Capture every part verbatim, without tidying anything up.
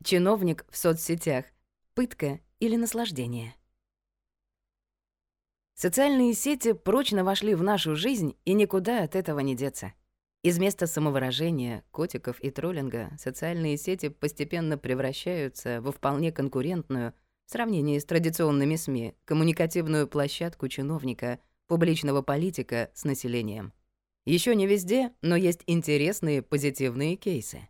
Чиновник в соцсетях. Пытка или наслаждение? Социальные сети прочно вошли в нашу жизнь, и никуда от этого не деться. Из места самовыражения, котиков и троллинга социальные сети постепенно превращаются во вполне конкурентную, в сравнении с традиционными СМИ, коммуникативную площадку чиновника, публичного политика с населением. Еще не везде, но есть интересные позитивные кейсы.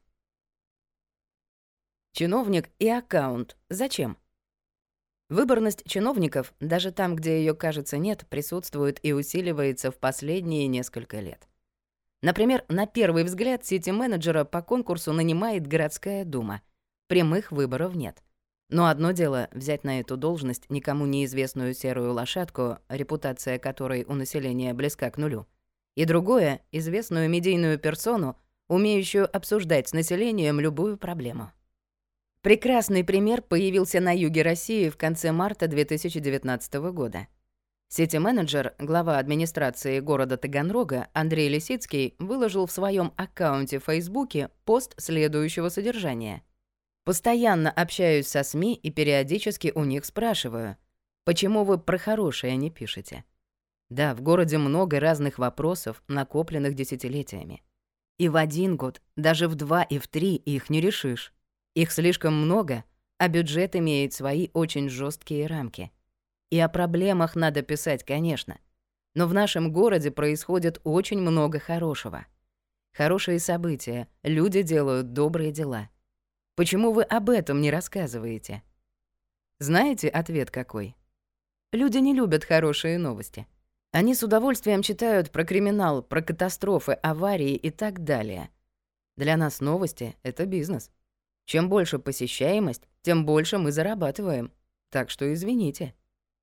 Чиновник и аккаунт. Зачем? Выборность чиновников, даже там, где ее, кажется, нет, присутствует и усиливается в последние несколько лет. Например, на первый взгляд сити-менеджера по конкурсу нанимает городская дума. Прямых выборов нет. Но одно дело взять на эту должность никому неизвестную серую лошадку, репутация которой у населения близка к нулю, и другое — известную медийную персону, умеющую обсуждать с населением любую проблему. Прекрасный пример появился на юге России в конце марта две тысячи девятнадцатого года. Сити-менеджер, глава администрации города Таганрога Андрей Лисицкий выложил в своем аккаунте в Фейсбуке пост следующего содержания. «Постоянно общаюсь со СМИ и периодически у них спрашиваю, почему вы про хорошее не пишете? Да, в городе много разных вопросов, накопленных десятилетиями. И в один год, даже в два и в три их не решишь. Их слишком много, а бюджет имеет свои очень жесткие рамки. И о проблемах надо писать, конечно. Но в нашем городе происходит очень много хорошего. Хорошие события, люди делают добрые дела. Почему вы об этом не рассказываете?» Знаете, ответ какой? Люди не любят хорошие новости. Они с удовольствием читают про криминал, про катастрофы, аварии и так далее. Для нас новости — это бизнес. Чем больше посещаемость, тем больше мы зарабатываем. Так что извините.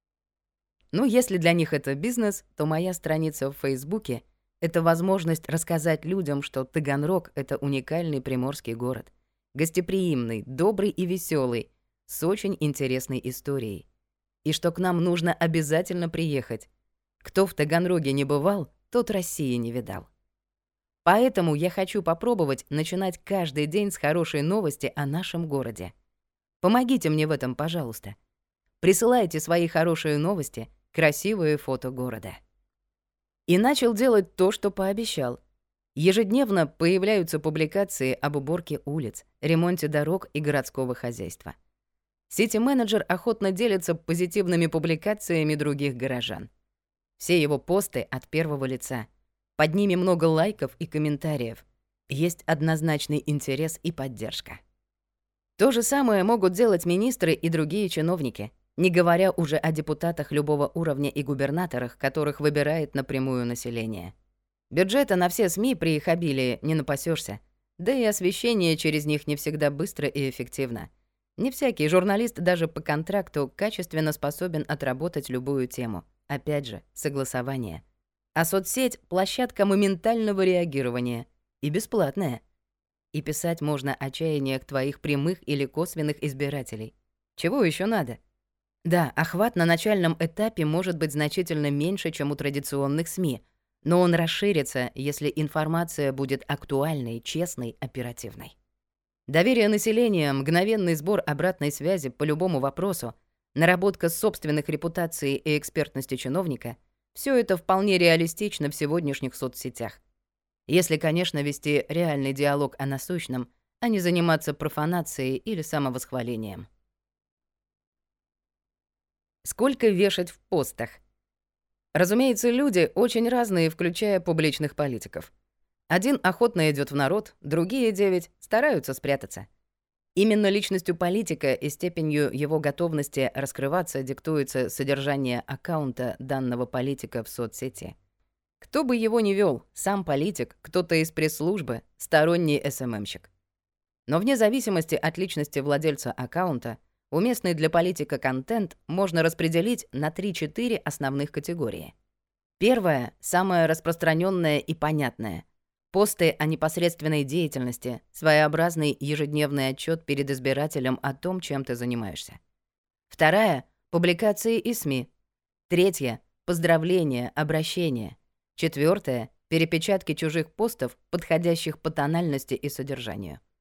Ну, если для них это бизнес, то моя страница в Фейсбуке — это возможность рассказать людям, что Таганрог — это уникальный приморский город. Гостеприимный, добрый и веселый, с очень интересной историей. И что к нам нужно обязательно приехать. Кто в Таганроге не бывал, тот России не видал. Поэтому я хочу попробовать начинать каждый день с хорошей новости о нашем городе. Помогите мне в этом, пожалуйста. Присылайте свои хорошие новости, красивые фото города. И начал делать то, что пообещал. Ежедневно появляются публикации об уборке улиц, ремонте дорог и городского хозяйства. Сити-менеджер охотно делится позитивными публикациями других горожан. Все его посты от первого лица. Под ними много лайков и комментариев. Есть однозначный интерес и поддержка. То же самое могут делать министры и другие чиновники, не говоря уже о депутатах любого уровня и губернаторах, которых выбирает напрямую население. Бюджета на все СМИ при их обилии не напасешься, да и освещение через них не всегда быстро и эффективно. Не всякий журналист даже по контракту качественно способен отработать любую тему. Опять же, согласование. А соцсеть — площадка моментального реагирования. И бесплатная. И писать можно о чаяниях твоих прямых или косвенных избирателей. Чего еще надо? Да, охват на начальном этапе может быть значительно меньше, чем у традиционных СМИ, но он расширится, если информация будет актуальной, честной, оперативной. Доверие населения, мгновенный сбор обратной связи по любому вопросу, наработка собственных репутаций и экспертности чиновника — все это вполне реалистично в сегодняшних соцсетях. Если, конечно, вести реальный диалог о насущном, а не заниматься профанацией или самовосхвалением. Сколько вешать в постах? Разумеется, люди очень разные, включая публичных политиков. Один охотно идет в народ, другие девять стараются спрятаться. Именно личностью политика и степенью его готовности раскрываться диктуется содержание аккаунта данного политика в соцсети. Кто бы его ни вел, сам политик, кто-то из пресс-службы, сторонний эс эм эм-щик. Но вне зависимости от личности владельца аккаунта, уместный для политика контент можно распределить на три-четыре основных категории. Первая, самая распространенная и понятная. Посты о непосредственной деятельности, своеобразный ежедневный отчет перед избирателем о том, чем ты занимаешься. Вторая — публикации и СМИ. Третья — поздравления, обращения. Четвертая — перепечатки чужих постов, подходящих по тональности и содержанию.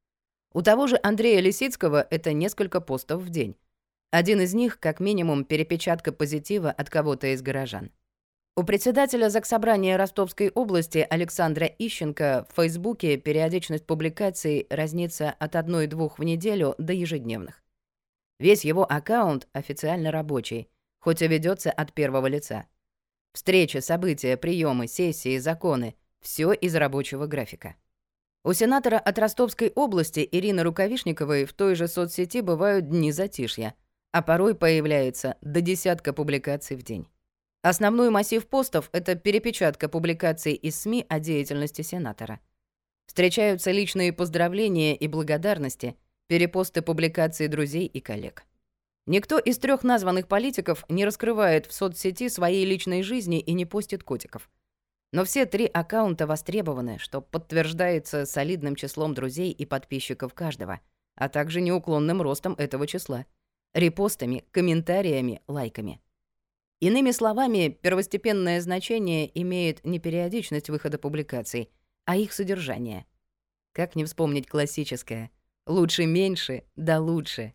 У того же Андрея Лисицкого это несколько постов в день. Один из них, как минимум, перепечатка позитива от кого-то из горожан. У председателя Заксобрания Ростовской области Александра Ищенко в Фейсбуке периодичность публикаций разнится от одной-двух в неделю до ежедневных. Весь его аккаунт официально рабочий, хоть и ведется от первого лица. Встречи, события, приемы, сессии, законы — все из рабочего графика. У сенатора от Ростовской области Ирины Рукавишниковой в той же соцсети бывают дни затишья, а порой появляется до десятка публикаций в день. Основной массив постов — это перепечатка публикаций из СМИ о деятельности сенатора. Встречаются личные поздравления и благодарности, перепосты публикаций друзей и коллег. Никто из трех названных политиков не раскрывает в соцсети своей личной жизни и не постит котиков. Но все три аккаунта востребованы, что подтверждается солидным числом друзей и подписчиков каждого, а также неуклонным ростом этого числа, репостами, комментариями, лайками. Иными словами, первостепенное значение имеет не периодичность выхода публикаций, а их содержание. Как не вспомнить классическое «лучше меньше, да лучше».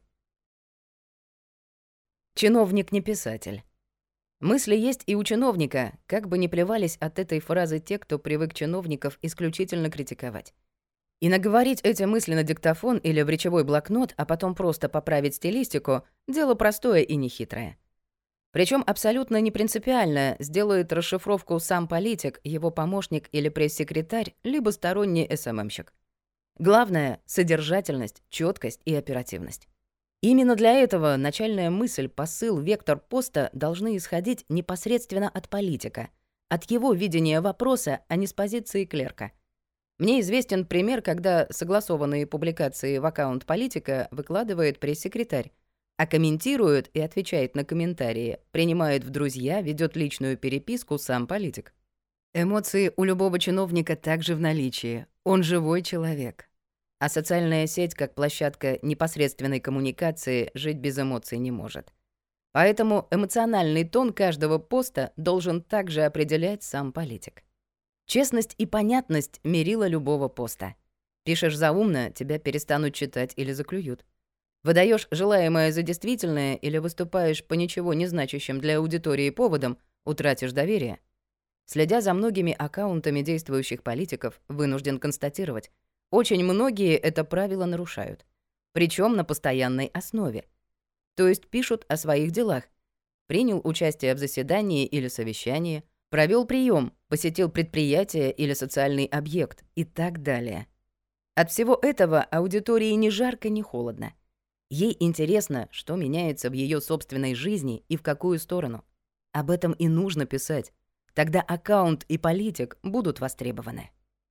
Чиновник не писатель. Мысли есть и у чиновника, как бы ни плевались от этой фразы те, кто привык чиновников исключительно критиковать. И наговорить эти мысли на диктофон или в речевой блокнот, а потом просто поправить стилистику — дело простое и нехитрое. Причем абсолютно не принципиально, сделает расшифровку сам политик, его помощник или пресс-секретарь, либо сторонний эс эм эм-щик. Главное — содержательность, четкость и оперативность. Именно для этого начальная мысль, посыл, вектор поста должны исходить непосредственно от политика, от его видения вопроса, а не с позиции клерка. Мне известен пример, когда согласованные публикации в аккаунт политика выкладывает пресс-секретарь, а комментирует и отвечает на комментарии, принимает в друзья, ведет личную переписку сам политик. Эмоции у любого чиновника также в наличии. Он живой человек. А социальная сеть, как площадка непосредственной коммуникации, жить без эмоций не может. Поэтому эмоциональный тон каждого поста должен также определять сам политик. Честность и понятность — мерило любого поста. Пишешь заумно, тебя перестанут читать или заклюют. Выдаешь желаемое за действительное или выступаешь по ничего не значащим для аудитории поводам, утратишь доверие. Следя за многими аккаунтами действующих политиков, вынужден констатировать, очень многие это правило нарушают. Причем на постоянной основе. То есть пишут о своих делах. Принял участие в заседании или совещании, провел прием, посетил предприятие или социальный объект и так далее. От всего этого аудитории ни жарко, ни холодно. Ей интересно, что меняется в ее собственной жизни и в какую сторону. Об этом и нужно писать. Тогда аккаунт и политик будут востребованы.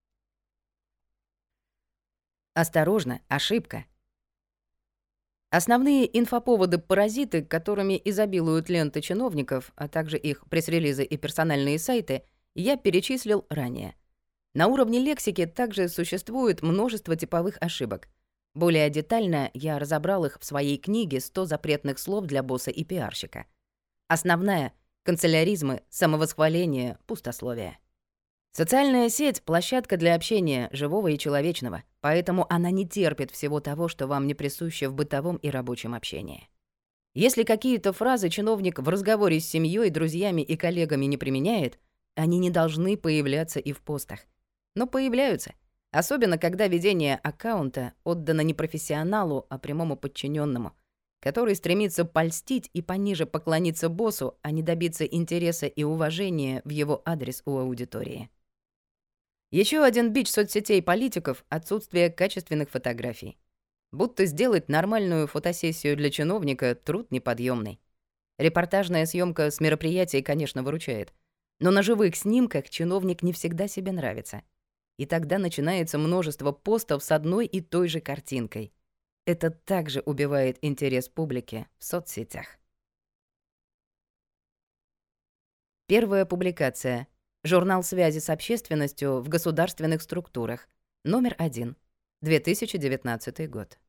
Осторожно, ошибка. Основные инфоповоды-паразиты, которыми изобилуют ленты чиновников, а также их пресс-релизы и персональные сайты, я перечислил ранее. На уровне лексики также существует множество типовых ошибок. Более детально я разобрал их в своей книге «сто запретных слов для босса и пиарщика». Основная — канцеляризмы, самовосхваление, пустословие. Социальная сеть — площадка для общения, живого и человечного, поэтому она не терпит всего того, что вам не присуще в бытовом и рабочем общении. Если какие-то фразы чиновник в разговоре с семьей, друзьями и коллегами не применяет, они не должны появляться и в постах. Но появляются, особенно когда ведение аккаунта отдано не профессионалу, а прямому подчиненному, который стремится польстить и пониже поклониться боссу, а не добиться интереса и уважения в его адрес у аудитории. Еще один бич соцсетей политиков — отсутствие качественных фотографий. Будто сделать нормальную фотосессию для чиновника — труд неподъемный. Репортажная съемка с мероприятий, конечно, выручает. Но на живых снимках чиновник не всегда себе нравится. И тогда начинается множество постов с одной и той же картинкой. Это также убивает интерес публики в соцсетях. Первая публикация. Журнал связи с общественностью в государственных структурах. Номер один. две тысячи девятнадцатый год.